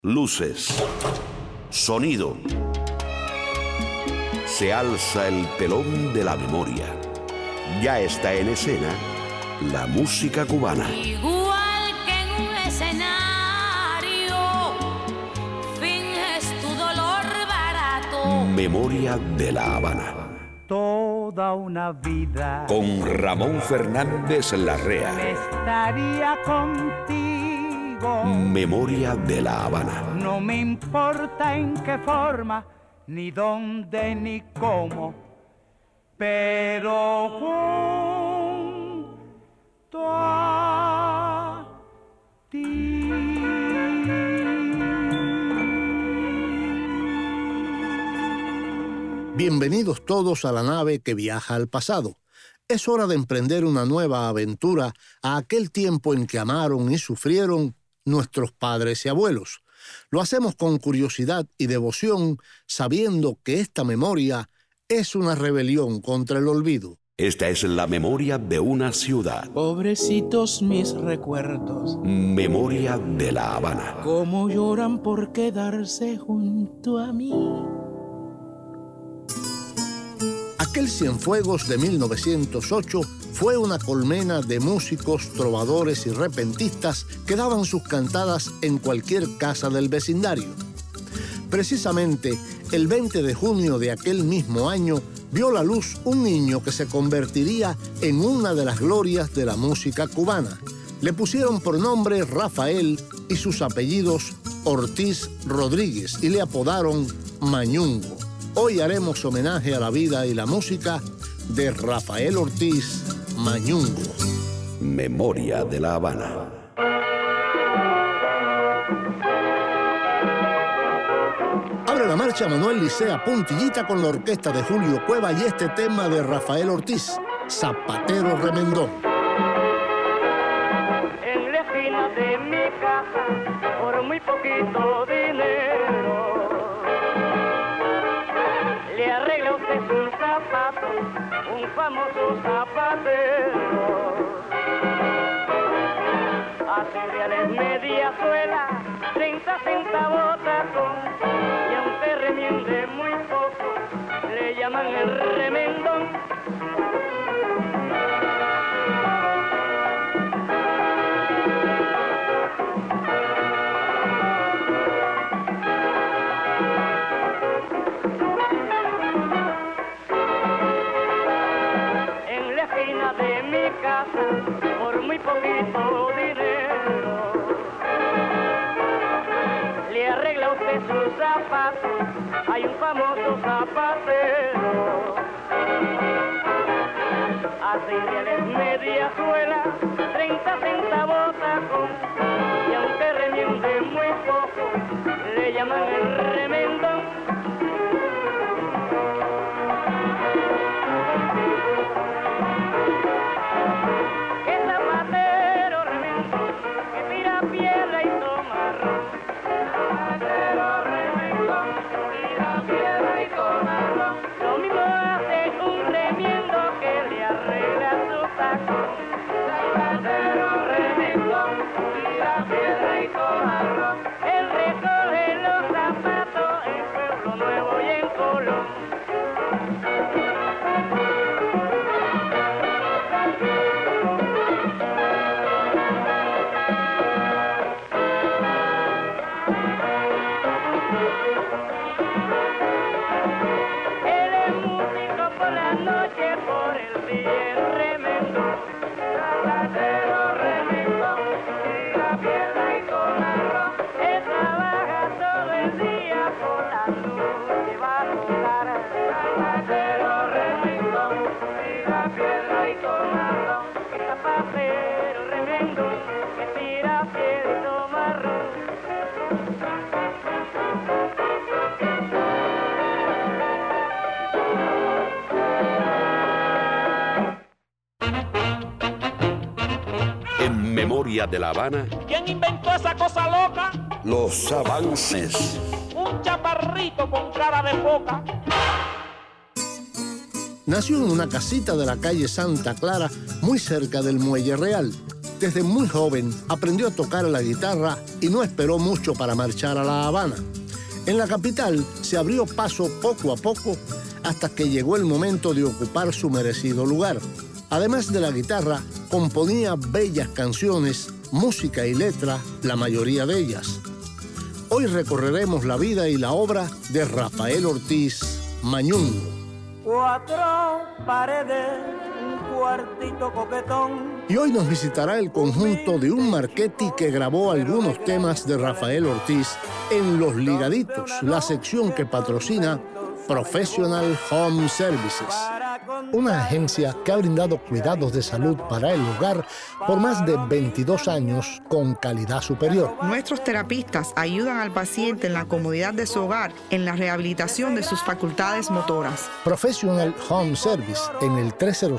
Luces, sonido. Se alza el telón de la memoria. Ya está en escena la música cubana. Igual que en un escenario, finges tu dolor barato. Memoria de La Habana. Toda una vida Con Ramón Fernández Larrea. estaría contigo. Memoria de La Habana. No me importa en qué forma, ni dónde, ni cómo, pero junto a ti. Bienvenidos todos a la nave que viaja al pasado. Es hora de emprender una nueva aventura a aquel tiempo en que amaron y sufrieron nuestros padres y abuelos. Lo hacemos con curiosidad y devoción, sabiendo que esta memoria es una rebelión contra el olvido. Esta es la memoria de una ciudad. Pobrecitos mis recuerdos, Memoria de La Habana. cómo lloran por quedarse junto a mí. Aquel Cienfuegos de 1908 fue una colmena de músicos, trovadores y repentistas que daban sus cantadas en cualquier casa del vecindario. Precisamente, el 20 de junio de aquel mismo año, vio la luz un niño que se convertiría en una de las glorias de la música cubana. Le pusieron por nombre Rafael y sus apellidos Ortiz Rodríguez y le apodaron Mañungo. Hoy haremos homenaje a la vida y la música de Rafael Ortiz Mañungo. Memoria de La Habana. Abre la marcha Manuel Licea Puntillita con la orquesta de Julio Cueva y este tema de Rafael Ortiz, Zapatero Remendón. En la esquina de mi casa, por muy poquito dinero, le arregla usted sus zapatos, un famoso zapatero. A 6 reales media suela, 30 centavos tacón, y aunque remiende muy poco, le llaman el remendón. De mi casa, por muy poquito dinero, le arregla usted sus zapatos, hay un famoso zapatero. A 6 reales media suela, 30 centavos tacón, y aunque remiende muy poco, le llaman el remendón. Memoria de La Habana. ¿Quién inventó esa cosa loca? Los avances. Un chaparrito con cara de foca. Nació en una casita de la calle Santa Clara, muy cerca del Muelle Real. Desde muy joven aprendió a tocar la guitarra y no esperó mucho para marchar a La Habana. En la capital se abrió paso poco a poco hasta que llegó el momento de ocupar su merecido lugar. Además de la guitarra, componía bellas canciones, música y letra, la mayoría de ellas. Hoy recorreremos la vida y la obra de Rafael Ortiz Mañungo. 4 paredes, un cuartito coquetón. Y hoy nos visitará el conjunto de un Marchetti que grabó algunos temas de Rafael Ortiz en Los Ligaditos, la sección que patrocina Professional Home Services, una agencia que ha brindado cuidados de salud para el hogar por más de 22 años con calidad superior. Nuestros terapistas ayudan al paciente en la comodidad de su hogar, en la rehabilitación de sus facultades motoras. Professional Home Service en el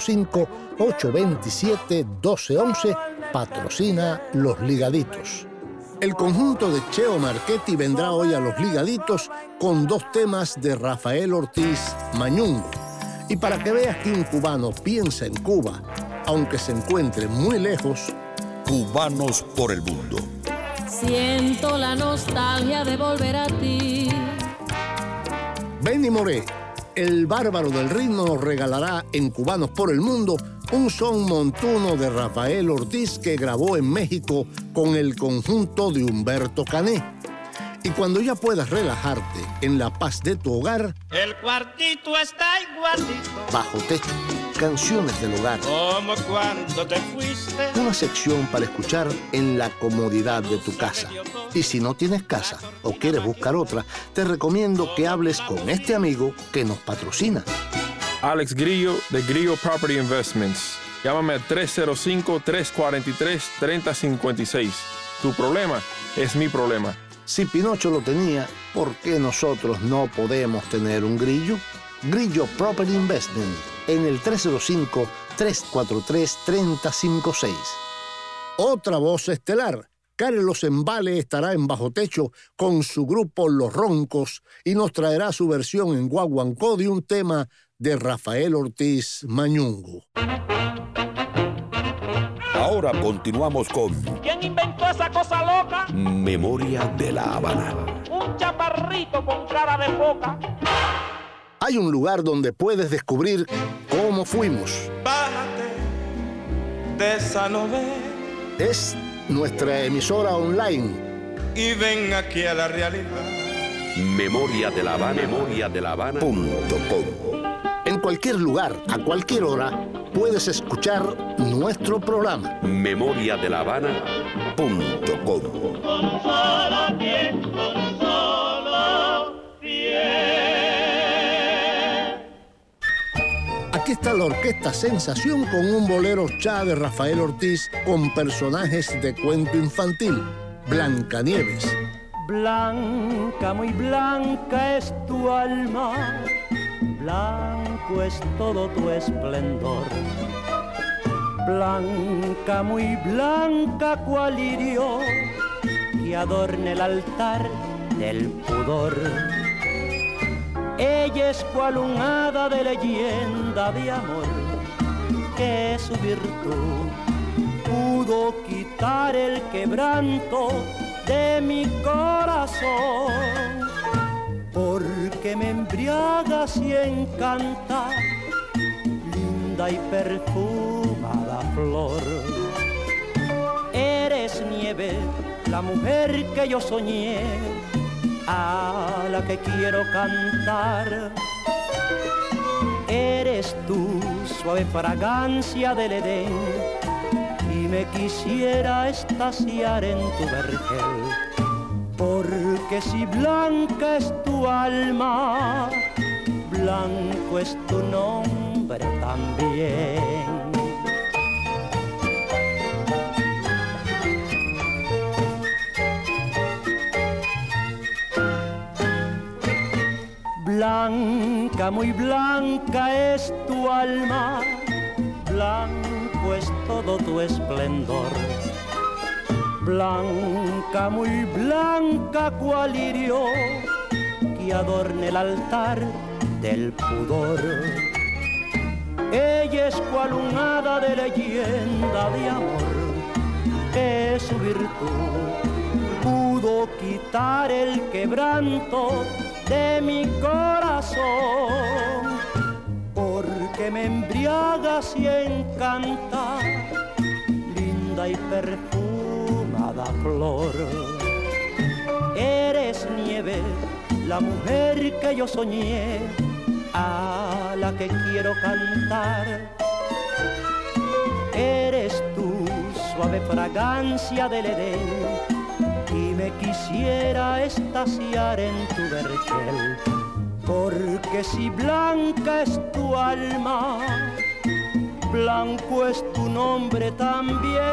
305-827-1211 patrocina Los Ligaditos. El conjunto de Cheo Marchetti vendrá hoy a Los Ligaditos con 2 temas de Rafael Ortiz Mañungo. Y para que veas que un cubano piensa en Cuba, aunque se encuentre muy lejos, Cubanos por el mundo. Siento la nostalgia de volver a ti. Benny Moré, el bárbaro del ritmo, nos regalará en Cubanos por el Mundo un son montuno de Rafael Ortiz que grabó en México con el conjunto de Humberto Cané. Y cuando ya puedas relajarte en la paz de tu hogar, El cuartito está igualito Bajo Techo, canciones del hogar. como cuando te fuiste. Una sección para escuchar en la comodidad de tu casa. Y si no tienes casa o quieres buscar otra, te recomiendo que hables con este amigo que nos patrocina. Alex Grillo, de Grillo Property Investments. Llámame al 305-343-3056. Tu problema es mi problema. Si Pinocho lo tenía, ¿por qué nosotros no podemos tener un Grillo? Grillo Property Investment en el 305-343-3056. Otra voz estelar. Carlos Embale estará en Bajo Techo con su grupo Los Roncos y nos traerá su versión en guaguancó de un tema de Rafael Ortiz Mañungo. Ahora continuamos con ¿Quién inventó esa cosa loca? Memoria de La Habana. Un chaparrito con cara de foca. Hay un lugar donde puedes descubrir cómo fuimos. Bájate de esa novela Es nuestra emisora online. y ven aquí a la realidad. Memoria de La Habana. Memoria de La Habana. .com. En cualquier lugar, a cualquier hora, puedes escuchar nuestro programa. Memoria de La Habana. .com. Aquí está la Orquesta Sensación con un bolero cha de Rafael Ortiz con personajes de cuento infantil. Blancanieves. Blanca, muy blanca es tu alma, blanco es todo tu esplendor. Blanca, muy blanca, cual lirio que adorna el altar del pudor. Ella es cual un hada de leyenda de amor, que su virtud pudo quitar el quebranto de mi corazón, porque me embriagas y encanta, linda y perfumada flor. Eres nieve, la mujer que yo soñé, a la que quiero cantar. Eres tú, suave fragancia del Edén, y me quisiera extasiar en tu vergel. Porque si blanca es tu alma, blanco es tu nombre también. Blanca, muy blanca es tu alma, blanco es todo tu esplendor. Blanca, muy blanca, cual lirio que adorna el altar del pudor. Ella es cual un hada de leyenda de amor, que su virtud pudo quitar el quebranto de mi corazón, porque me embriagas y encanta, linda y perfumada flor. Eres nieve, la mujer que yo soñé, a la que quiero cantar. Eres tú, suave fragancia del Edén, y me quisiera estasiar en tu vergel, porque si blanca es tu alma, blanco es tu nombre también.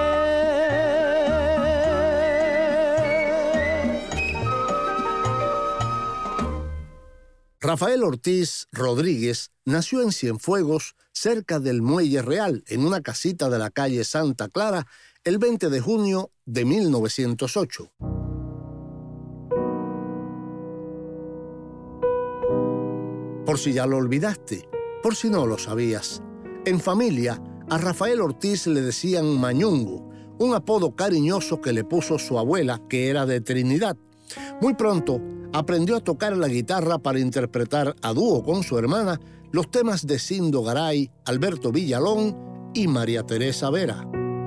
Rafael Ortiz Rodríguez nació en Cienfuegos, cerca del Muelle Real, en una casita de la calle Santa Clara, el 20 de junio de 1908. Por si ya lo olvidaste, por si no lo sabías, en familia a Rafael Ortiz le decían Mañungo, un apodo cariñoso que le puso su abuela, que era de Trinidad. Muy pronto aprendió a tocar la guitarra para interpretar a dúo con su hermana los temas de Cindo Garay, Alberto Villalón y María Teresa Vera.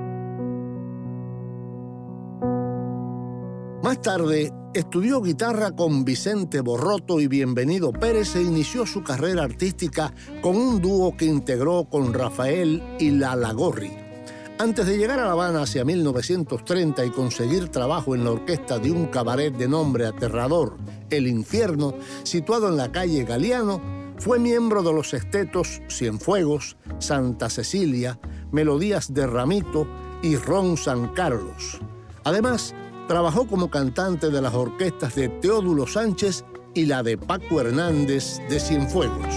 Más tarde, estudió guitarra con Vicente Borroto y Bienvenido Pérez e inició su carrera artística con un dúo que integró con Rafael y Lala Gorri. Antes de llegar a La Habana hacia 1930 y conseguir trabajo en la orquesta de un cabaret de nombre aterrador, El Infierno, situado en la calle Galiano, fue miembro de los sextetos Cienfuegos, Santa Cecilia, Melodías de Ramito y Ron San Carlos. Además, trabajó como cantante de las orquestas de Teódulo Sánchez y la de Paco Hernández de Cienfuegos.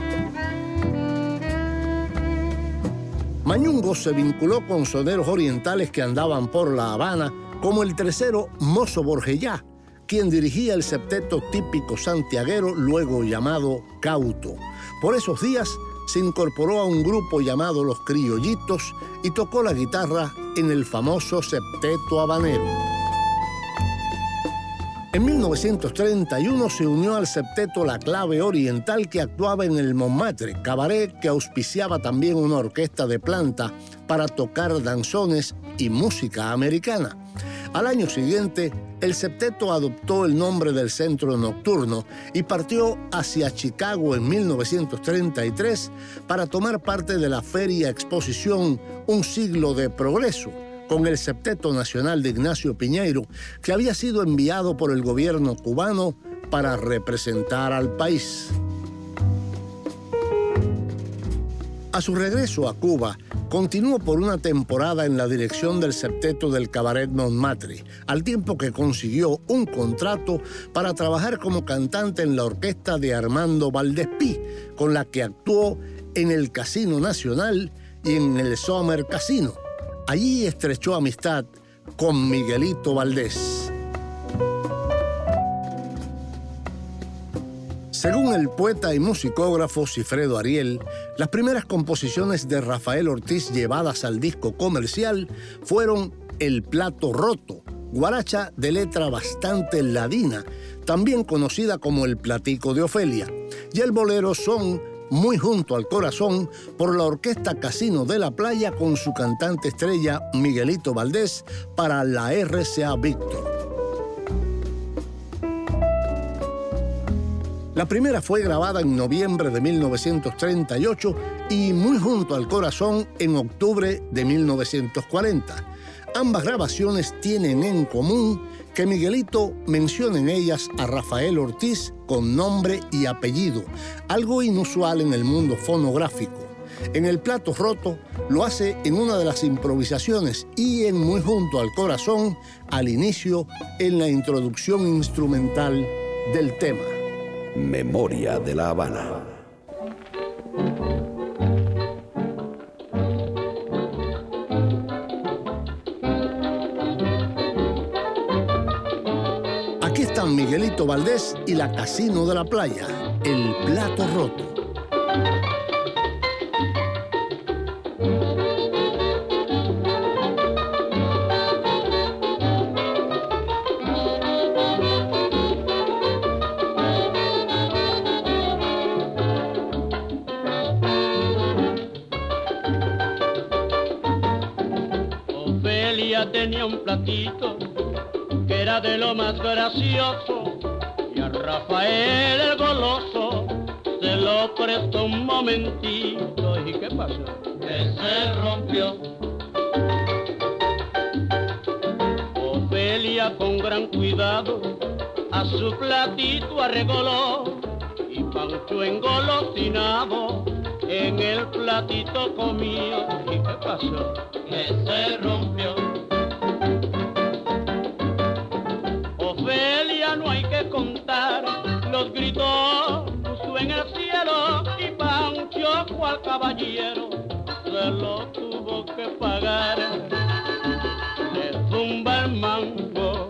Mañungo se vinculó con soneros orientales que andaban por La Habana, como el tercero Mozo Borgellá, quien dirigía el septeto típico santiaguero, luego llamado Cauto. Por esos días se incorporó a un grupo llamado Los Criollitos y tocó la guitarra en el famoso septeto habanero. En 1931 se unió al septeto La Clave Oriental, que actuaba en el Montmartre, cabaret que auspiciaba también una orquesta de planta para tocar danzones y música americana. Al año siguiente, el septeto adoptó el nombre del Centro Nocturno y partió hacia Chicago en 1933 para tomar parte de la Feria Exposición Un Siglo de Progreso, con el Septeto Nacional de Ignacio Piñeiro, que había sido enviado por el gobierno cubano para representar al país. A su regreso a Cuba, continuó por una temporada en la dirección del septeto del Cabaret Montmartre, al tiempo que consiguió un contrato para trabajar como cantante en la orquesta de Armando Valdespí, con la que actuó en el Casino Nacional y en el Summer Casino. Allí estrechó amistad con Miguelito Valdés. Según el poeta y musicógrafo Cifredo Ariel, las primeras composiciones de Rafael Ortiz llevadas al disco comercial fueron El Plato Roto, guaracha de letra bastante ladina, también conocida como El Platico de Ofelia, y el bolero Son Muy Junto al Corazón, por la Orquesta Casino de la Playa con su cantante estrella Miguelito Valdés para la RCA Víctor. La primera fue grabada en noviembre de 1938 y Muy Junto al Corazón en octubre de 1940. Ambas grabaciones tienen en común que Miguelito menciona en ellas a Rafael Ortiz con nombre y apellido, algo inusual en el mundo fonográfico. En El Plato Roto lo hace en una de las improvisaciones y en Muy Junto al Corazón, al inicio, en la introducción instrumental del tema. Memoria de La Habana. Aquí están Miguelito Valdés y la Casino de la Playa, El Plato Roto. tenía un platito que era de lo más gracioso, y a Rafael el goloso se lo prestó un momentito. ¿Y qué pasó? Que se rompió. Ofelia con gran cuidado a su platito arregló, y Pancho engolosinado en el platito comió. ¿Y qué pasó? Que se rompió. Ofelia no hay que contar los gritos puso en el cielo, y Pancho cual caballero se lo tuvo que pagar. Le zumba el mango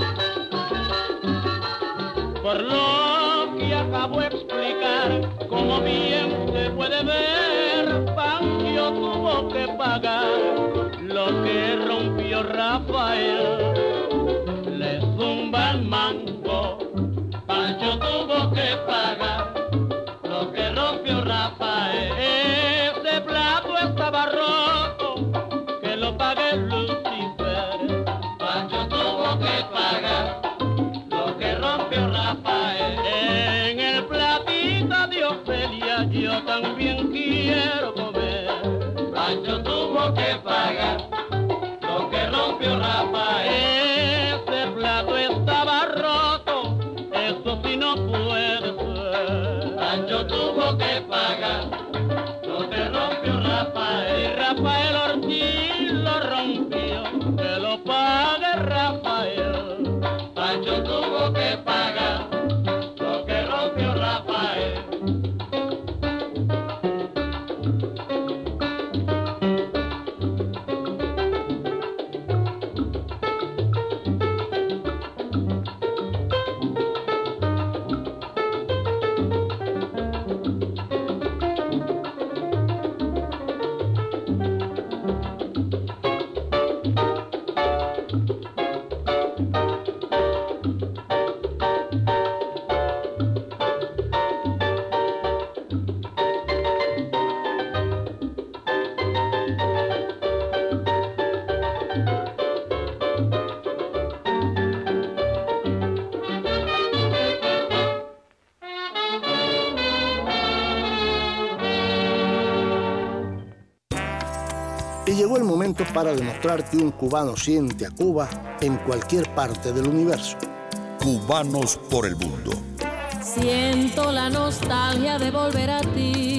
por lo que acabo de explicar. Como bien se puede ver, Pancho tuvo que pagar lo que rompió Rafael. Le zumba el mango, Pancho tuvo que pagar lo que rompió Rafael. Ese plato estaba roto, que lo pague Lucifer. Pancho tuvo que pagar lo que rompió Rafael. En el platito de Ofelia yo también quiero comer. Pancho tuvo que pagar lo que rompió Rafael. Ese plato estaba roto, eso sí no puede ser. Pancho tuvo que pagar lo que rompió Rafael. Y Rafael Ortiz lo rompió, que lo pague Rafael. Pancho tuvo que pagar lo que rompió Rafael. Y llegó el momento para demostrar que un cubano siente a Cuba en cualquier parte del universo. Cubanos por el mundo. Siento la nostalgia de volver a ti.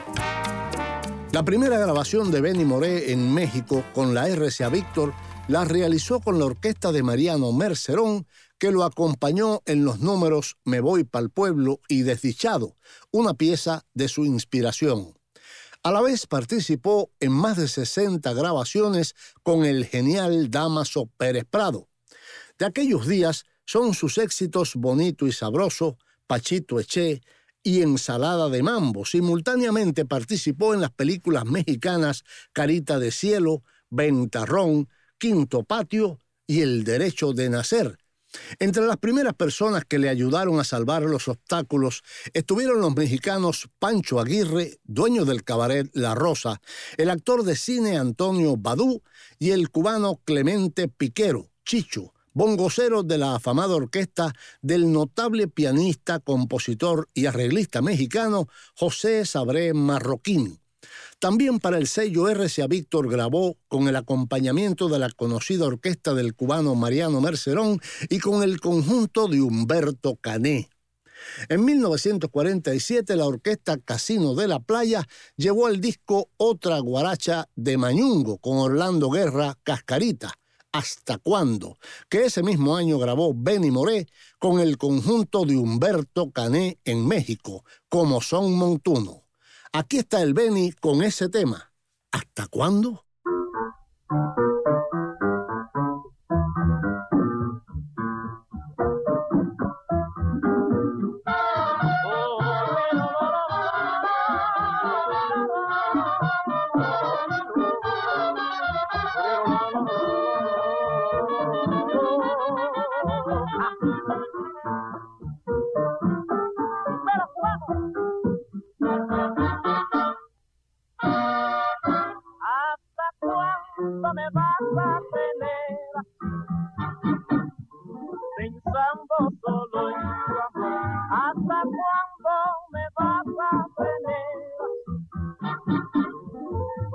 La primera grabación de Benny Moré en México con la RCA Víctor la realizó con la orquesta de Mariano Mercerón, que lo acompañó en los números Me voy pa'l pueblo y Desdichado, una pieza de su inspiración. A la vez participó en más de 60 grabaciones con el genial Dámaso Pérez Prado. De aquellos días son sus éxitos Bonito y Sabroso, Pachito Eché y Ensalada de Mambo. Simultáneamente participó en las películas mexicanas Carita de Cielo, Ventarrón, Quinto Patio y El Derecho de Nacer. Entre las primeras personas que le ayudaron a salvar los obstáculos estuvieron los mexicanos Pancho Aguirre, dueño del cabaret La Rosa, el actor de cine Antonio Badú y el cubano Clemente Piquero, Chicho, bongocero de la afamada orquesta del notable pianista, compositor y arreglista mexicano José Sabré Marroquín. También para el sello RCA Víctor grabó con el acompañamiento de la conocida orquesta del cubano Mariano Mercerón y con el conjunto de Humberto Cané. En 1947 la orquesta Casino de la Playa llevó el disco Otra Guaracha de Mañungo con Orlando Guerra, Cascarita, ¿Hasta cuándo?, que ese mismo año grabó Benny Moré con el conjunto de Humberto Cané en México, Como Son Montuno. Aquí está el Benny con ese tema. ¿Hasta cuándo? Me va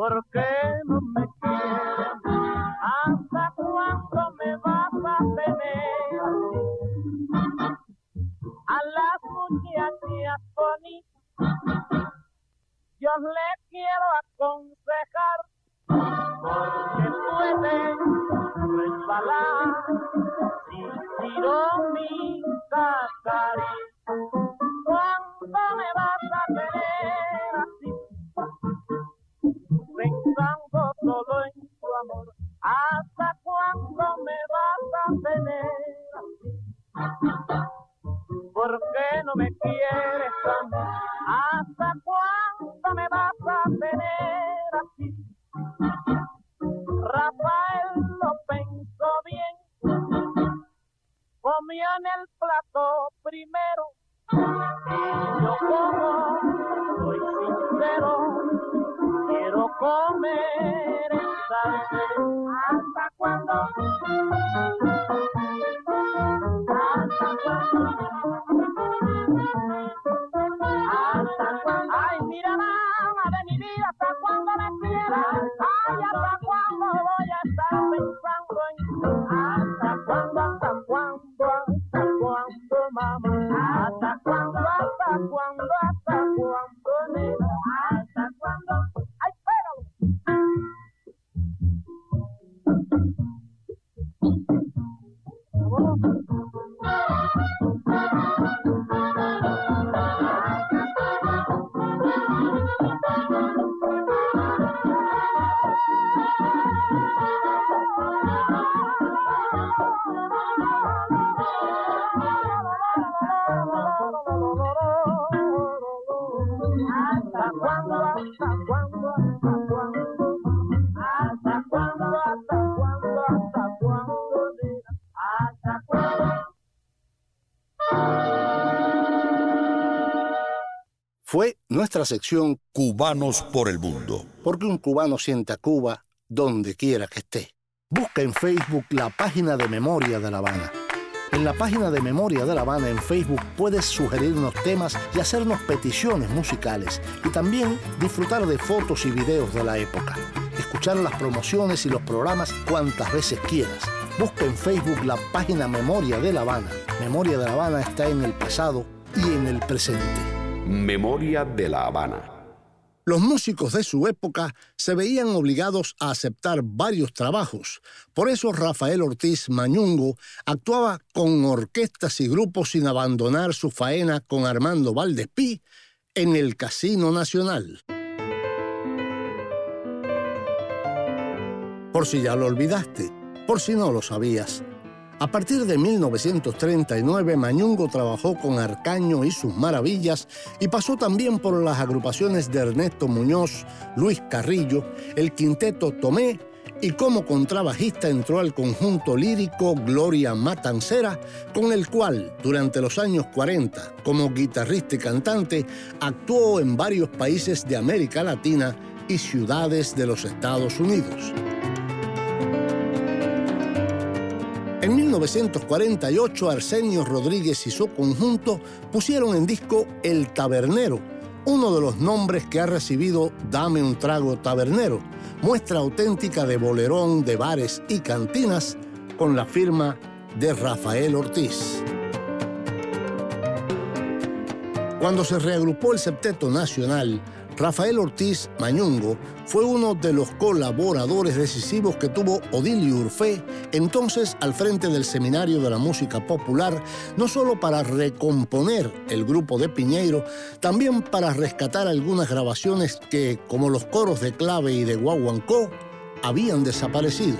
¿Por qué no me quieres? ¿Hasta cuándo me vas a tener así? A las muchachas bonitas yo le quiero aconsejar, porque puede resbalar si tiro mi cacari. ¿Cuándo me vas a tener así? Pensando solo en tu amor. ¿Hasta cuándo me vas a tener así? ¿Por qué no me quieres a mí? ¿Hasta cuándo me vas a tener así? Rafael lo pensó bien, comió en el plato primero, y yo como soy sincero, quiero comer esta vez. ¿Hasta cuándo? ¿Hasta cuándo? ¿Hasta cuándo? Ay, mira, dama de mi vida, ¿hasta cuándo me quieres? Ay, ¿hasta cuándo voy a estar pensando en ti? ¿Hasta cuándo, mamá? ¿Hasta cuándo, nena? ¿Hasta cuándo? ¡Ay, pégalo! Fue nuestra sección Cubanos por el Mundo. Porque un cubano siente a Cuba donde quiera que esté. Busca en Facebook la página de Memoria de La Habana. En la página de Memoria de La Habana en Facebook puedes sugerirnos temas y hacernos peticiones musicales y también disfrutar de fotos y videos de la época. Escuchar las promociones y los programas cuantas veces quieras. Busca en Facebook la página Memoria de La Habana. Memoria de La Habana está en el pasado y en el presente. Memoria de La Habana. Los músicos de su época se veían obligados a aceptar varios trabajos. Por eso Rafael Ortiz Mañungo actuaba con orquestas y grupos sin abandonar su faena con Armando Valdespí en el Casino Nacional. Por si ya lo olvidaste, por si no lo sabías. A partir de 1939, Mañungo trabajó con Arcaño y sus Maravillas y pasó también por las agrupaciones de Ernesto Muñoz, Luis Carrillo, el Quinteto Tomé y como contrabajista entró al conjunto lírico Gloria Matancera, con el cual, durante los años 40, como guitarrista y cantante, actuó en varios países de América Latina y ciudades de los Estados Unidos. En 1948, Arsenio Rodríguez y su conjunto pusieron en disco El Tabernero, uno de los nombres que ha recibido Dame un trago tabernero, muestra auténtica de bolerón de bares y cantinas con la firma de Rafael Ortiz. Cuando se reagrupó el Septeto Nacional, Rafael Ortiz Mañungo fue uno de los colaboradores decisivos que tuvo Odilio Urfé, entonces al frente del Seminario de la Música Popular, no solo para recomponer el grupo de Piñeiro, también para rescatar algunas grabaciones que, como los coros de clave y de guaguancó, habían desaparecido.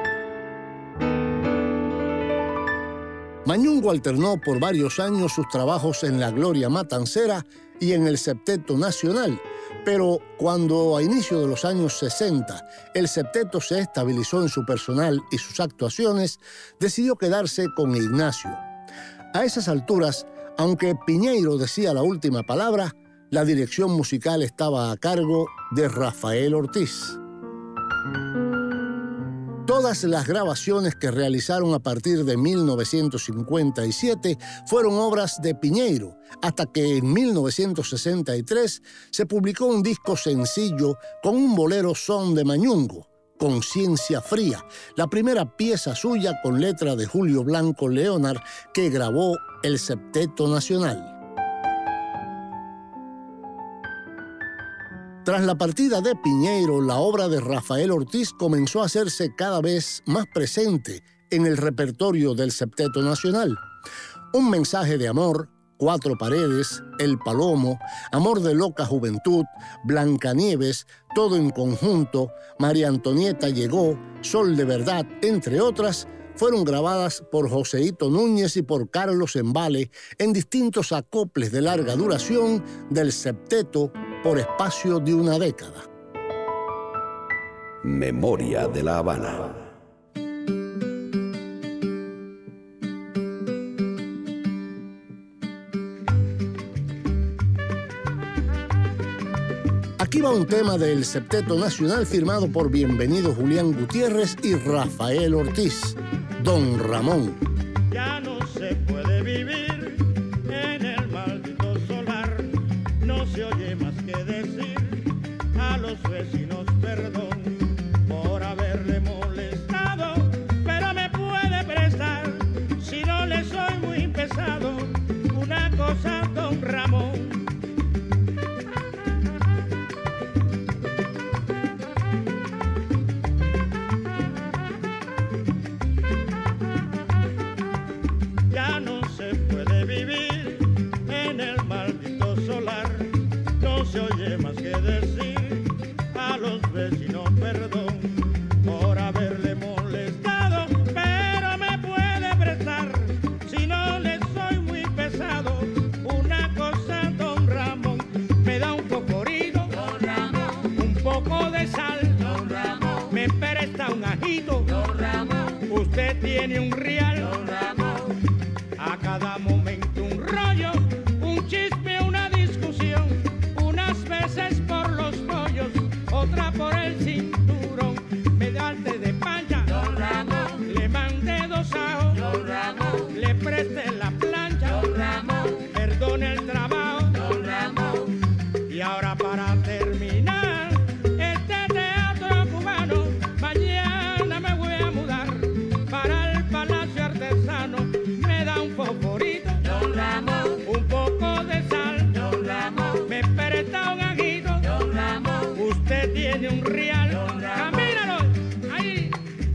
Mañungo alternó por varios años sus trabajos en la Gloria Matancera y en el Septeto Nacional, pero cuando a inicio de los años 60 el septeto se estabilizó en su personal y sus actuaciones, decidió quedarse con Ignacio. A esas alturas, aunque Piñeiro decía la última palabra, la dirección musical estaba a cargo de Rafael Ortiz. Todas las grabaciones que realizaron a partir de 1957 fueron obras de Piñeiro, hasta que en 1963 se publicó un disco sencillo con un bolero son de Mañungo, Conciencia Fría, la primera pieza suya con letra de Julio Blanco Leonard que grabó el Septeto Nacional. Tras la partida de Piñeiro, la obra de Rafael Ortiz comenzó a hacerse cada vez más presente en el repertorio del Septeto Nacional. Un mensaje de amor, Cuatro Paredes, El Palomo, Amor de Loca Juventud, Blancanieves, Todo en Conjunto, María Antonieta Llegó, Sol de Verdad, entre otras, fueron grabadas por Joseito Núñez y por Carlos Embale en distintos acoples de larga duración del septeto por espacio de una década. Memoria de La Habana. Aquí va un tema del Septeto Nacional firmado por Bienvenido Julián Gutiérrez y Rafael Ortiz, Don Ramón. Ya no se puede vivir en el maldito solar, no se oye más que decir a los vecinos perdón por haberle molestado, pero me puede prestar, si no le soy muy pesado, una cosa, Don Ramón. Se oye más que decir a los vecinos perdón por haberle molestado, pero me puede prestar, si no le soy muy pesado, una cosa, Don Ramón, me da un cocorito, Don Ramón, un poco de sal, Don Ramón, me presta un ajito, Don Ramón, usted tiene un real, Don Ramón, a cada momento un rollo, un chisme, una discusión, unas veces por los pollos, otra por el cinturón, me da arte de pancha, Don Ramón, le mandé 2 ajos, Don Ramón, le presté la plancha, Don Ramón, perdone el trabajo, Don Ramón, y ahora para terminar este teatro cubano, mañana me voy a mudar para el Palacio Artesano, me da un fosforito, Don Ramón, un poco de sal, Don Ramón, me presta un ajito, Don Ramón, usted tiene un real, Don Ramón, camínalo, ahí.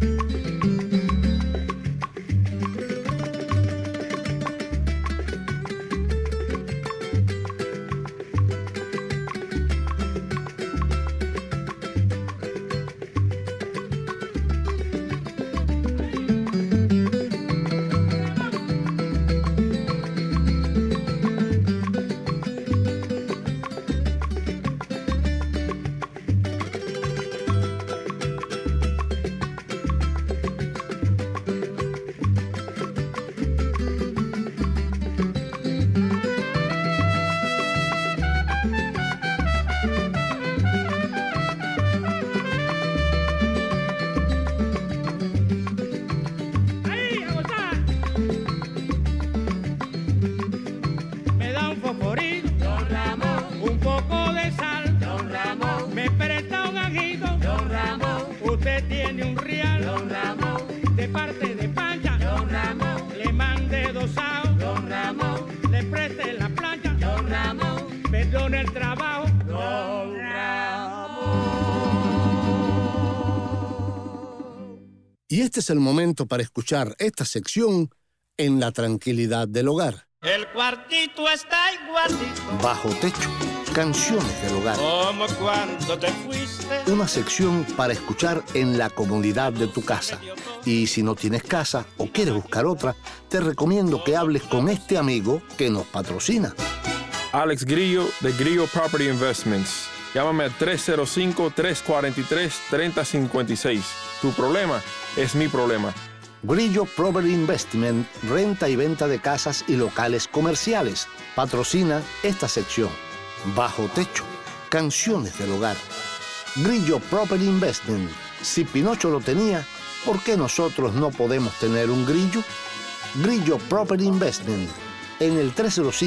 El trabajo, Don Ramón. Y este es el momento para escuchar esta sección en la tranquilidad del hogar. El cuartito está igualito. Bajo techo, canciones del hogar. Como cuando te fuiste. Una sección para escuchar en la comodidad de tu casa. Y si no tienes casa o quieres buscar otra, te recomiendo que hables con este amigo que nos patrocina. Alex Grillo, de Grillo Property Investments. Llámame al 305-343-3056. Tu problema es mi problema. Grillo Property Investment, renta y venta de casas y locales comerciales. Patrocina esta sección. Bajo techo, canciones del hogar. Grillo Property Investment. Si Pinocho lo tenía, ¿por qué nosotros no podemos tener un Grillo? Grillo Property Investment, en el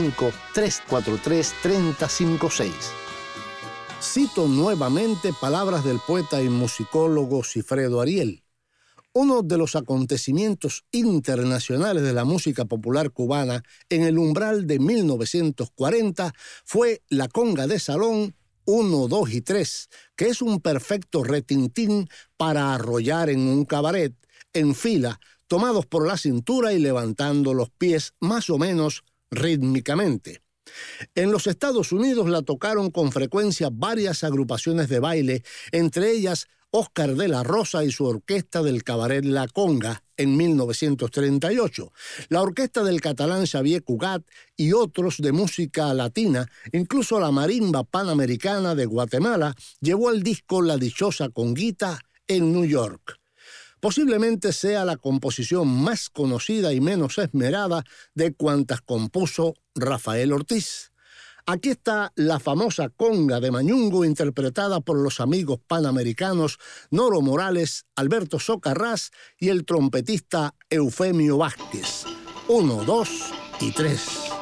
305-343-3056. Cito nuevamente palabras del poeta y musicólogo Sigfredo Ariel. Uno de los acontecimientos internacionales de la música popular cubana en el umbral de 1940 fue la conga de salón 1, 2 y 3, que es un perfecto retintín para arrollar en un cabaret, en fila, tomados por la cintura y levantando los pies más o menos rítmicamente. En los Estados Unidos la tocaron con frecuencia varias agrupaciones de baile, entre ellas Óscar de la Rosa y su orquesta del cabaret La Conga en 1938, la orquesta del catalán Xavier Cugat y otros de música latina, incluso la Marimba Panamericana de Guatemala llevó el disco La Dichosa Conguita en New York. Posiblemente sea la composición más conocida y menos esmerada de cuantas compuso Rafael Ortiz. Aquí está la famosa conga de Mañungo, interpretada por los amigos panamericanos Noro Morales, Alberto Socarrás y el trompetista Eufemio Vázquez. 1, 2 y 3.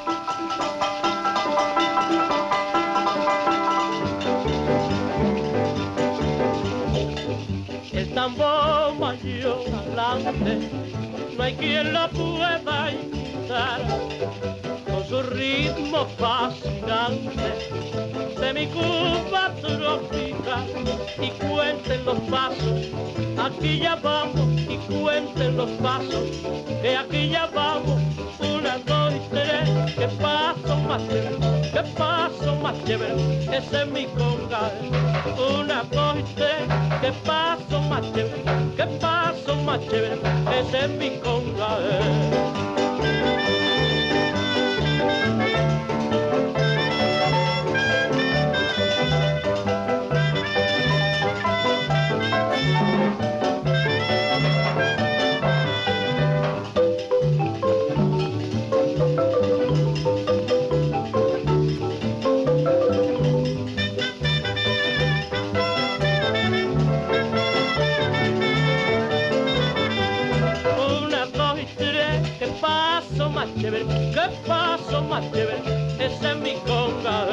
El tambor mayor adelante, no hay quien lo pueda imitar, con su ritmo fascinante de mi Cuba tropical. Y cuenten los pasos, aquí ya vamos, y cuenten los pasos, que aquí ya vamos. 1, 2 y 3, que paso más chévere, que paso más chévere, ese es mi conga. 1, 2 y 3, que paso más chévere, que paso más chévere, ese es mi conga. ¿Qué paso más chévere? Ese es mi conga.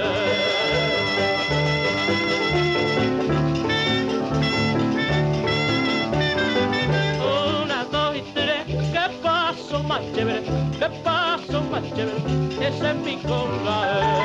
1, 2 y 3, ¿qué paso más chévere? ¿Qué paso más chévere? Ese es mi conga.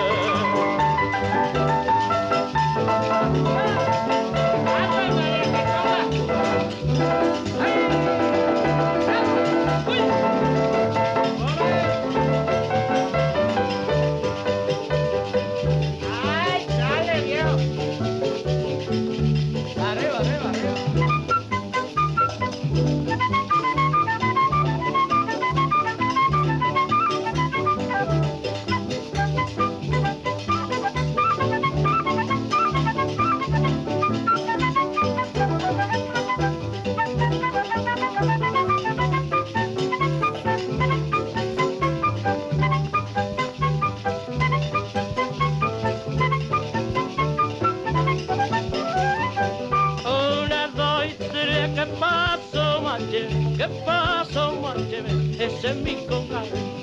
¿Qué paso más chévere? Ese es mi conga.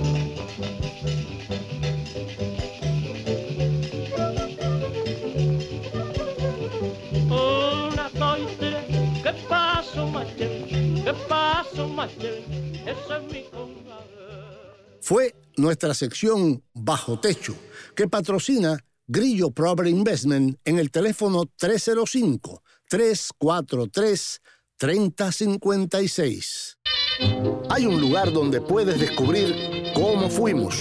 1, 2 y 3, ¿qué paso más chévere? ¿Qué paso más chévere? Ese es mi conga. Fue nuestra sección Bajo Techo, que patrocina Grillo Property Investment en el teléfono 305-343-3056. Hay un lugar donde puedes descubrir cómo fuimos.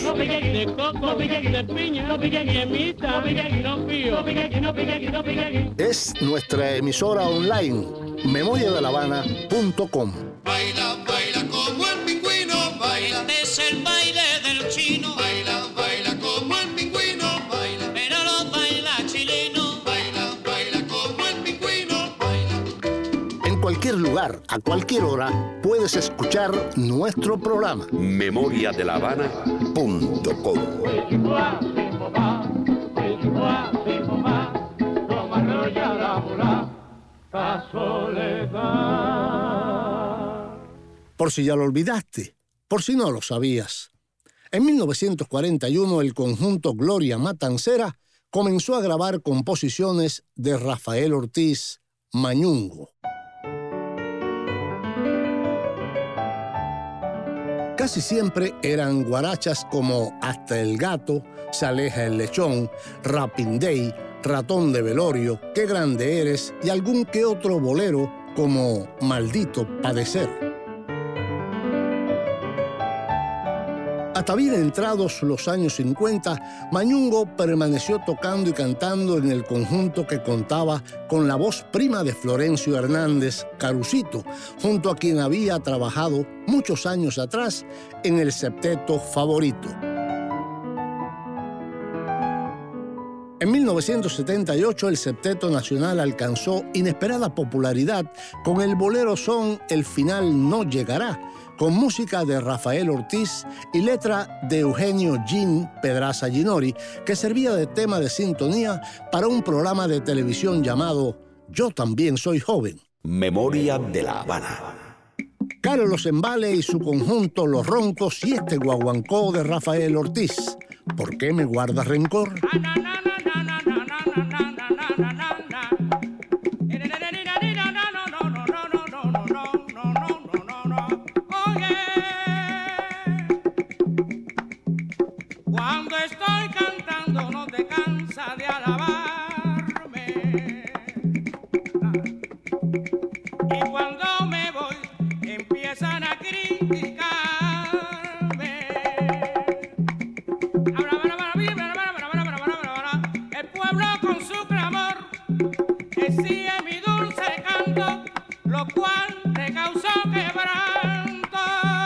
Es nuestra emisora online, memoriadelavana.com. Baila, baila como el pingüino, baila. Este es el baile del chino. Baila, baila como el pingüino, baila. Pero lo baila chileno. Baila, baila como el pingüino, baila. En cualquier lugar, a cualquier hora, puedes escuchar nuestro programa. memoriadelavana.com. Soledad. Por si ya lo olvidaste, por si no lo sabías. En 1941 el conjunto Gloria Matancera comenzó a grabar composiciones de Rafael Ortiz, Mañungo. Casi siempre eran guarachas como Hasta el gato, Se aleja el lechón, Rapping Day, Ratón de velorio, Qué grande eres y algún que otro bolero como Maldito padecer. Hasta bien entrados los años 50, Mañungo permaneció tocando y cantando en el conjunto que contaba con la voz prima de Florencio Hernández, Carucito, junto a quien había trabajado muchos años atrás en el septeto Favorito. En 1978 el Septeto Nacional alcanzó inesperada popularidad con el bolero son El final no llegará, con música de Rafael Ortiz y letra de Eugenio Jean Pedraza Ginori, que servía de tema de sintonía para un programa de televisión llamado Yo también soy joven. Memoria de La Habana. Carlos Embale y su conjunto Los Roncos y este guaguancó de Rafael Ortiz. ¿Por qué me guardas rencor? Cuando estoy cantando no te cansas de alabarme, y cuando me voy empiezan a criticarme. El pueblo con su clamor exige mi dulce canto, lo cual te causó quebranto.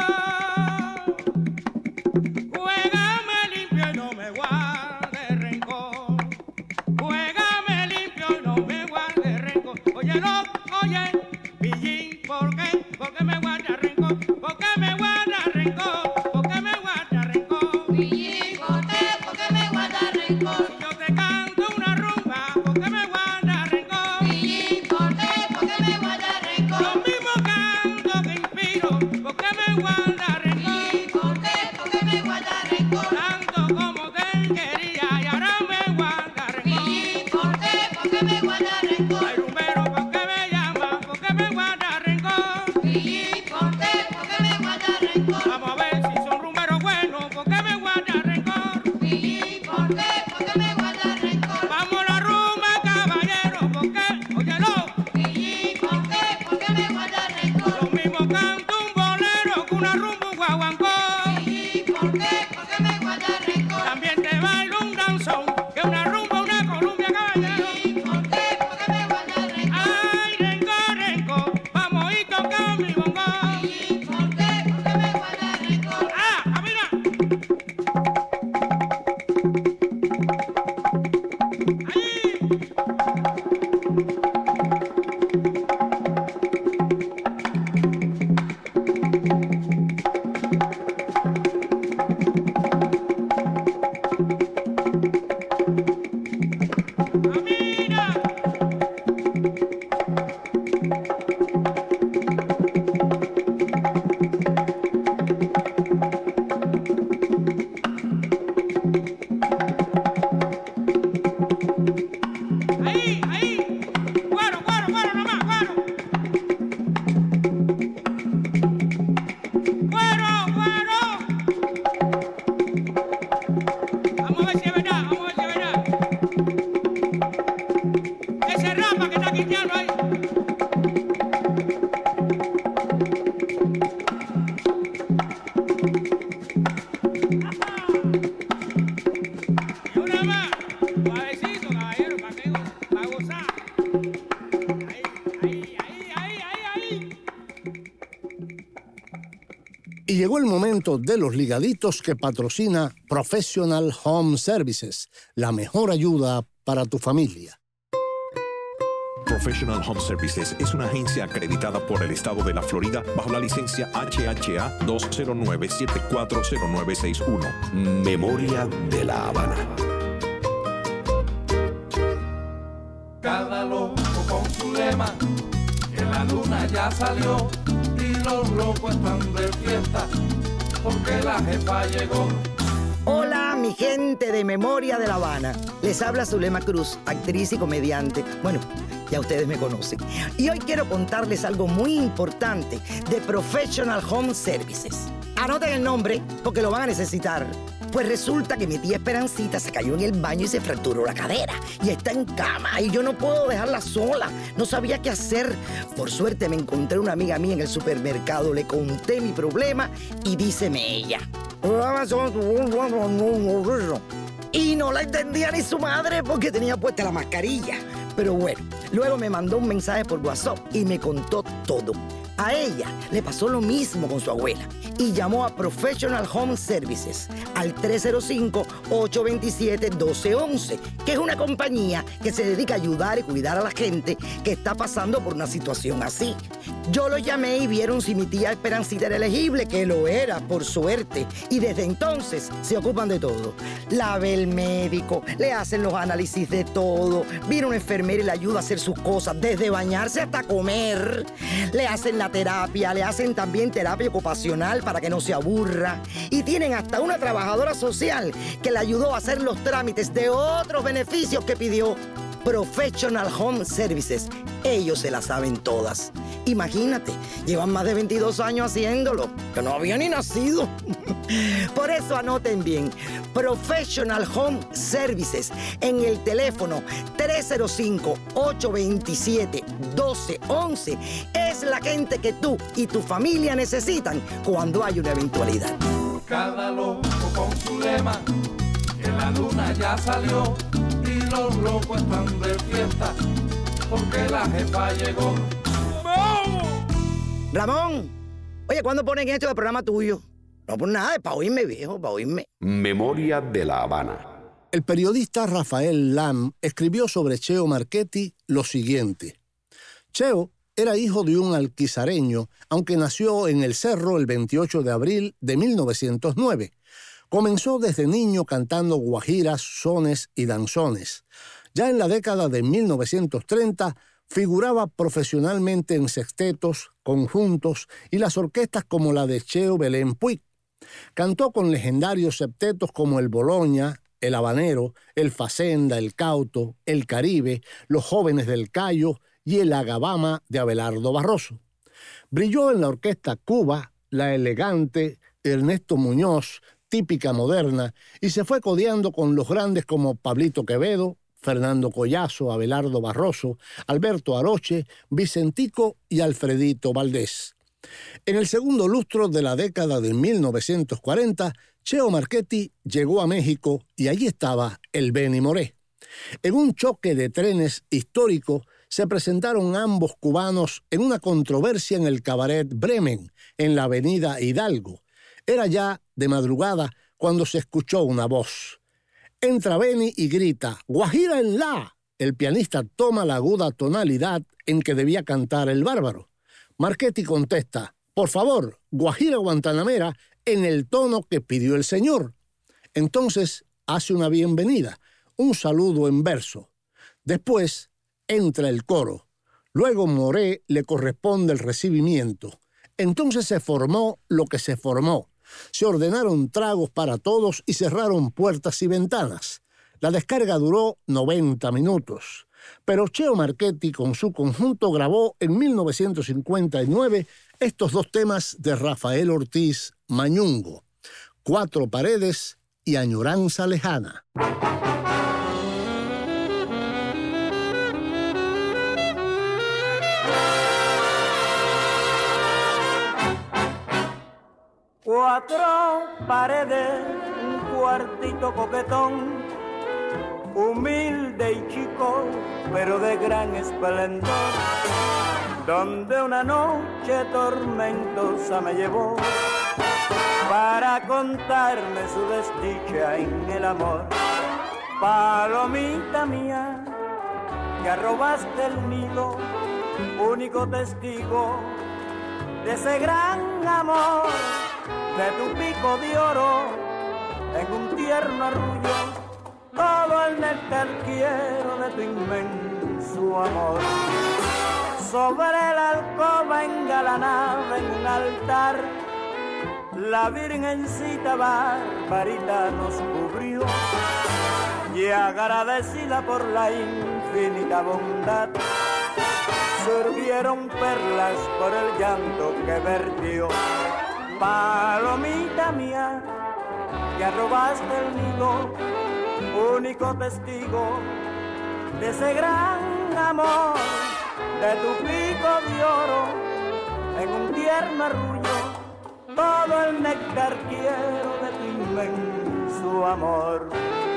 Juégame limpio y no me guardes rencor. Juégame limpio y no me guardes rencor. Óyelo, oye, Pillín, ¿por qué? ¿Por qué me guardas rencor? ¿Por qué me guardas rencor? ¿Por qué me guardas rencor? Pillín, ¿por qué? ¿Por qué me guardas rencor? Yo te canto una rumba, ¿por qué me guardas rencor? Pillín, ¿por qué? ¿Por qué me guardas rencor? Lo mismo canto que inspiro, ¿por qué me guardas rencor? Pillín, ¿por qué? ¿Por qué me guardas rencor? Tanto como te quería y ahora me guardas rencor. Pillín, ¿por qué? ¿Por qué me guardas rencor? Ay, rumbero, ¿por qué me llamas? ¿Por qué me guardas rencor? Pillín, ¿por qué? ¿Por qué me guardas rencor? Vamos a ver si son rumberos buenos, ¿por qué me guardas rencor? Pillín, ¿por qué? ¿Por qué me guardas rencor? Vamos a la rumba, caballero, ¿por qué? Óyelo. Pillín, ¿por qué? ¿Por qué me guardas rencor? Lo mismo canto un bolero que una rumba, un guaguancó. Pillín, ¿por qué? ¿Por qué me guardas rencor? También te bailo un danzón, que una rumba, una columbia, caballero. Pillín, ¿por qué? ¿Por qué me guardas rencor? Ay, rencor, rencor, vamos y toca mi bongo. Pillín, ¿por qué? ¿Por qué me guardas rencor? ¡Ah, camina! Ahí, ahí. Guaro, guaro, guaro, nomás, guaro. Guaro, guaro. Vamos a ver si es verdad, vamos a ver si es verdad. Ese rapa que está quiteando ahí. Y una más. Suavecito, caballero, para gozar. Ahí. Y llegó el momento de los ligaditos que patrocina Professional Home Services, la mejor ayuda para tu familia. Professional Home Services es una agencia acreditada por el estado de la Florida bajo la licencia HHA 209-740961. Memoria de La Habana. Cada loco con su lema, que la luna ya salió y los locos están de fiesta porque la jefa llegó. Hola, mi gente de Memoria de La Habana. Les habla Zulema Cruz, actriz y comediante. Bueno, ya ustedes me conocen. Y hoy quiero contarles algo muy importante de Professional Home Services. Anoten el nombre porque lo van a necesitar. Pues resulta que mi tía Esperancita se cayó en el baño y se fracturó la cadera. Y está en cama y yo no puedo dejarla sola. No sabía qué hacer. Por suerte me encontré una amiga mía en el supermercado. Le conté mi problema y díceme ella. Y no la entendía ni su madre porque tenía puesta la mascarilla. Pero bueno, luego me mandó un mensaje por WhatsApp y me contó todo. A ella le pasó lo mismo con su abuela y llamó a Professional Home Services al 305-827-1211, que es una compañía que se dedica a ayudar y cuidar a la gente que está pasando por una situación así. Yo lo llamé y vieron si mi tía Esperancita era elegible, que lo era, por suerte. Y desde entonces se ocupan de todo. La ve el médico, le hacen los análisis de todo, viene una enfermera y le ayuda a hacer sus cosas, desde bañarse hasta comer. Le hacen la terapia, le hacen también terapia ocupacional para que no se aburra. Y tienen hasta una trabajadora social que le ayudó a hacer los trámites de otros beneficios que pidió. Professional Home Services. Ellos se las saben todas. Imagínate, llevan más de 22 años haciéndolo. Yo no había ni nacido. Por eso anoten bien. Professional Home Services en el teléfono 305-827-1211 es la gente que tú y tu familia necesitan cuando hay una eventualidad. Cada loco con su lema, que la luna ya salió y los locos están de fiesta porque la jefa llegó. ¡Vamos! Ramón, oye, ¿cuándo ponen esto del programa tuyo? No, por nada, es para oírme, viejo, para oírme. Memoria de La Habana. El periodista Rafael Lam escribió sobre Cheo Marchetti lo siguiente. Cheo era hijo de un alquizareño, aunque nació en El Cerro el 28 de abril de 1909. Comenzó desde niño cantando guajiras, sones y danzones. Ya en la década de 1930 figuraba profesionalmente en sextetos, conjuntos y las orquestas como la de Cheo Belén Puig. Cantó con legendarios septetos como el Boloña, el Habanero, el Facenda, el Cauto, el Caribe, los Jóvenes del Cayo y el Agabama de Abelardo Barroso. Brilló en la orquesta Cuba, la Elegante, Ernesto Muñoz, Típica Moderna, y se fue codeando con los grandes como Pablito Quevedo, Fernando Collazo, Abelardo Barroso, Alberto Aroche, Vicentico y Alfredito Valdés. En el segundo lustro de la década de 1940, Cheo Marchetti llegó a México y allí estaba el Benny Moré. En un choque de trenes histórico se presentaron ambos cubanos en una controversia en el cabaret Bremen, en la avenida Hidalgo. Era ya de madrugada cuando se escuchó una voz. Entra Benny y grita, «¡Guajira en la!». El pianista toma la aguda tonalidad en que debía cantar el bárbaro. Marchetti contesta, «Por favor, guajira guantanamera en el tono que pidió el señor». Entonces hace una bienvenida, un saludo en verso. Después entra el coro. Luego Moré le corresponde el recibimiento. Entonces se formó lo que se formó. Se ordenaron tragos para todos y cerraron puertas y ventanas. La descarga duró 90 minutos. Pero Cheo Marchetti con su conjunto grabó en 1959 estos dos temas de Rafael Ortiz, Mañungo, Cuatro Paredes y Añoranza Lejana. Cuatro paredes, un cuartito coquetón, humilde y chico, pero de gran esplendor, donde una noche tormentosa me llevó para contarme su desdicha en el amor. Palomita mía, que robaste el nido, único testigo de ese gran amor, de tu pico de oro en un tierno arrullo, todo el néctar quiero de tu inmenso amor. sobre la alcoba engalanada en un altar, la Virgencita Barbarita nos cubrió y agradecida por la infinita bondad, surgieron perlas por el llanto que vertió. Palomita mía, que robaste el nido, único testigo de ese gran amor, de tu pico de oro en un tierno arrullo, todo el néctar quiero de tu inmenso amor.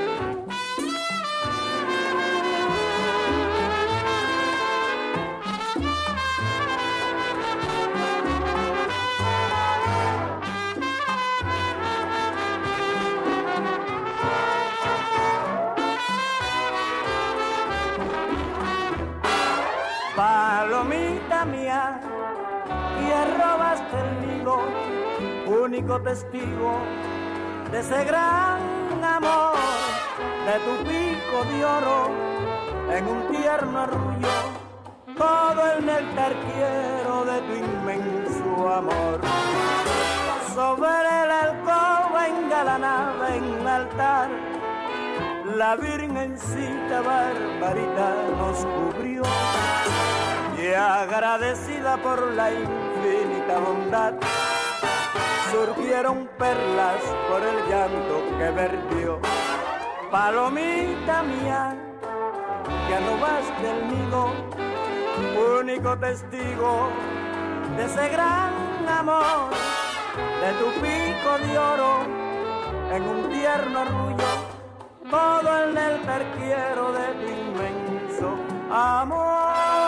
Palomita mía, que robaste el nido, único testigo de ese gran amor, de tu pico de oro en un tierno arrullo, todo el néctar quiero de tu inmenso amor. Sobre la alcoba engalanada en un altar, la Virgencita Barbarita nos cubrió y agradecida por la infinita bondad, surgieron perlas por el llanto que vertió. Palomita mía, que robaste el nido, único testigo de ese gran amor, de tu pico de oro en un tierno arrullo, todo el néctar quiero de tu inmenso amor.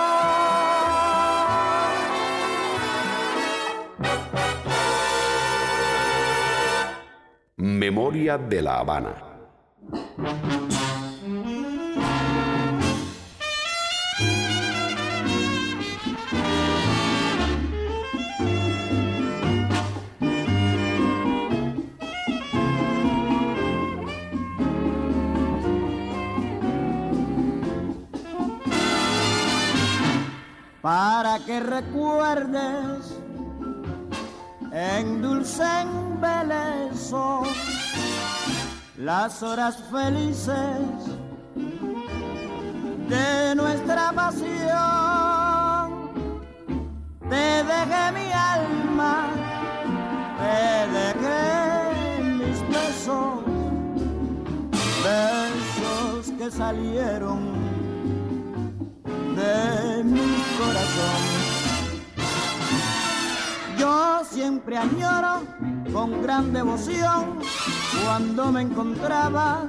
Memoria de La Habana. Para que recuerdes en dulce embeleso las horas felices de nuestra pasión. Te dejé mi alma, te dejé mis besos, besos que salieron de mi corazón. Yo siempre añoro con gran devoción cuando me encontraba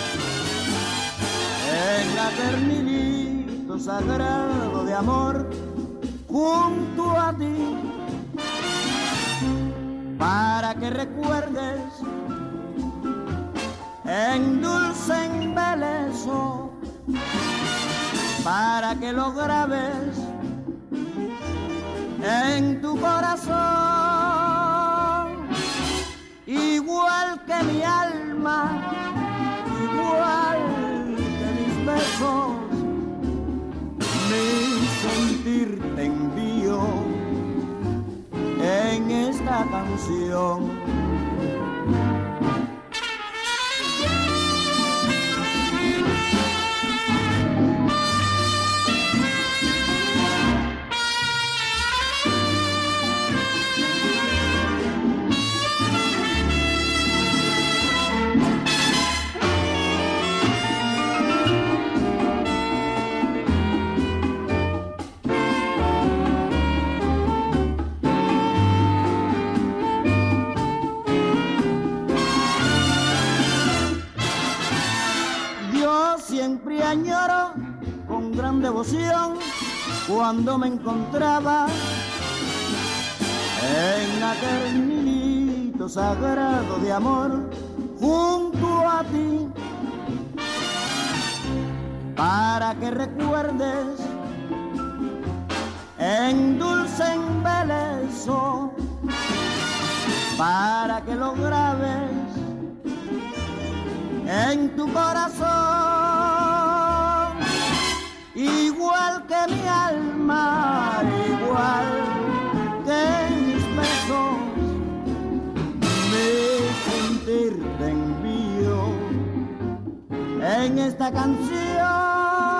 en aquel nidito sagrado de amor junto a ti, para que recuerdes en dulce embeleso, para que lo grabes en tu corazón, igual que mi alma, igual que mis besos, mi sentir te envío en esta canción. Siempre añoro con gran devoción cuando me encontraba en aquel nidito sagrado de amor junto a ti, para que recuerdes en dulce embeleso, para que lo grabes en tu corazón, igual que mi alma, igual que mis besos, mi sentir te envío en esta canción.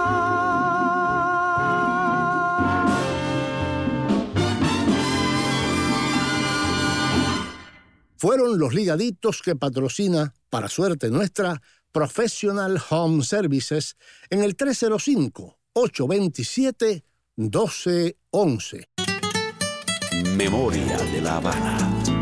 Fueron los ligaditos que patrocina, para suerte nuestra, Professional Home Services en el 305-827-1211. Memoria de La Habana.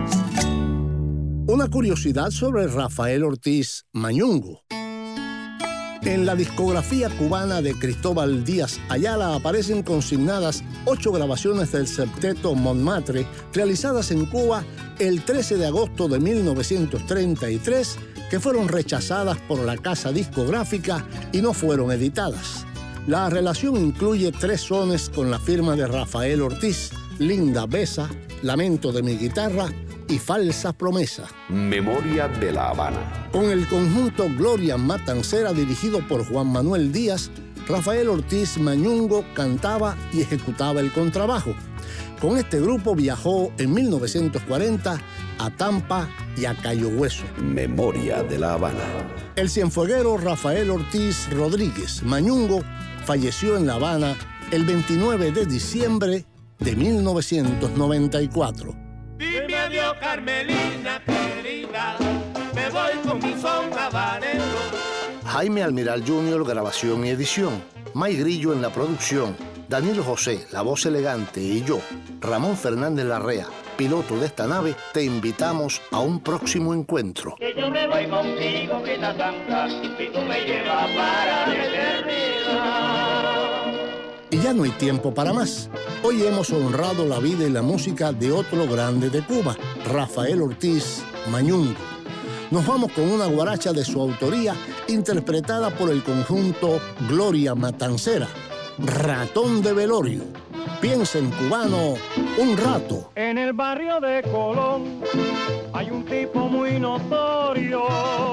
Una curiosidad sobre Rafael Ortiz Mañungo. En la discografía cubana de Cristóbal Díaz Ayala aparecen consignadas 8 grabaciones del septeto Montmartre realizadas en Cuba el 13 de agosto de 1933 que fueron rechazadas por la casa discográfica y no fueron editadas. La relación incluye 3 sones con la firma de Rafael Ortiz, Linda Besa, Lamento de mi guitarra y Falsa Promesa. Memoria de La Habana. Con el conjunto Gloria Matancera dirigido por Juan Manuel Díaz, Rafael Ortiz Mañungo cantaba y ejecutaba el contrabajo. Con este grupo viajó en 1940 a Tampa y a Cayo Hueso. Memoria de La Habana. El cienfueguero Rafael Ortiz Rodríguez Mañungo falleció en La Habana el 29 de diciembre de 1994. Dime adiós, Carmelina querida, me voy con mi son habanero. Jaime Almiral Jr., grabación y edición. May Grillo en la producción. Daniel José, la voz elegante, y yo, Ramón Fernández Larrea, piloto de esta nave, te invitamos a un próximo encuentro. Que yo me voy contigo, que la tanta, y tú me llevas para la eternidad. Y ya no hay tiempo para más. Hoy hemos honrado la vida y la música de otro grande de Cuba, Rafael Ortiz Mañungo. Nos vamos con una guaracha de su autoría, interpretada por el conjunto Gloria Matancera, Ratón de Velorio. Piensa en cubano un rato. En el barrio de Colón hay un tipo muy notorio,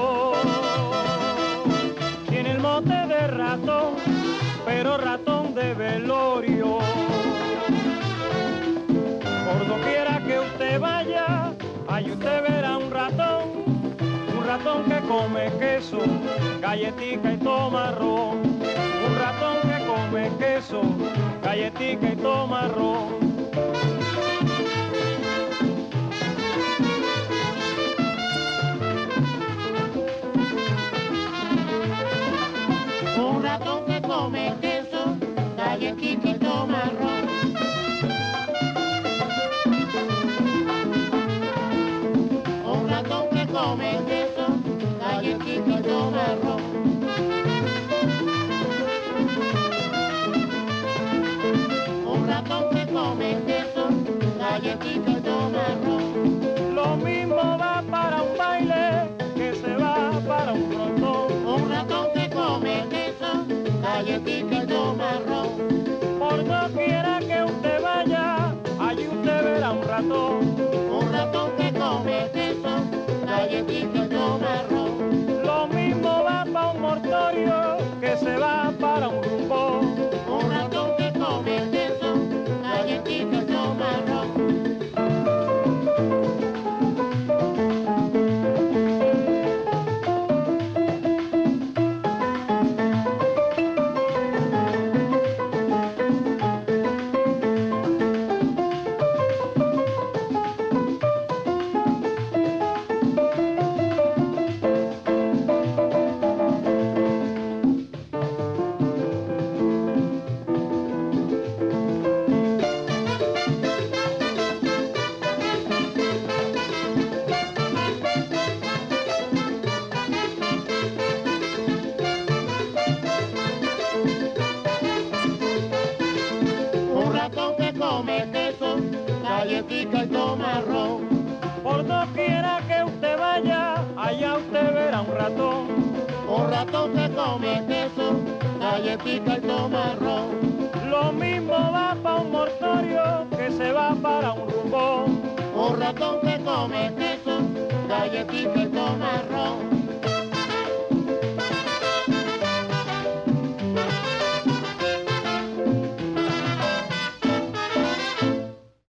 tiene el mote de ratón, pero ratón de velorio. Por doquiera que usted vaya, ahí usted verá un ratón que come queso, galletica y toma ron. Un ratón que come queso, galletica y toma ron. Un ratón que come queso, galletica y toma ron. Un ratón que come queso, galletica y toma ron. Un ratón que come queso, galletica y toma ron. Lo mismo va para un baile que se va para un rondón. Un ratón que come queso, galletica y toma ron. Por doquiera que usted vaya, allí usted verá un ratón. Un ratón que come queso, galletica y toma ron. Lo mismo va para un mortorio que se va para un rumbo. Un ratón que come queso, galletica y toma ron. galletica y toma ron. Por doquiera que usted vaya, allá usted verá un ratón. Un ratón que come queso, galletica y toma ron. Lo mismo va para un mortorio que se va para un rumbo. Un ratón que come queso, galletica y toma ron.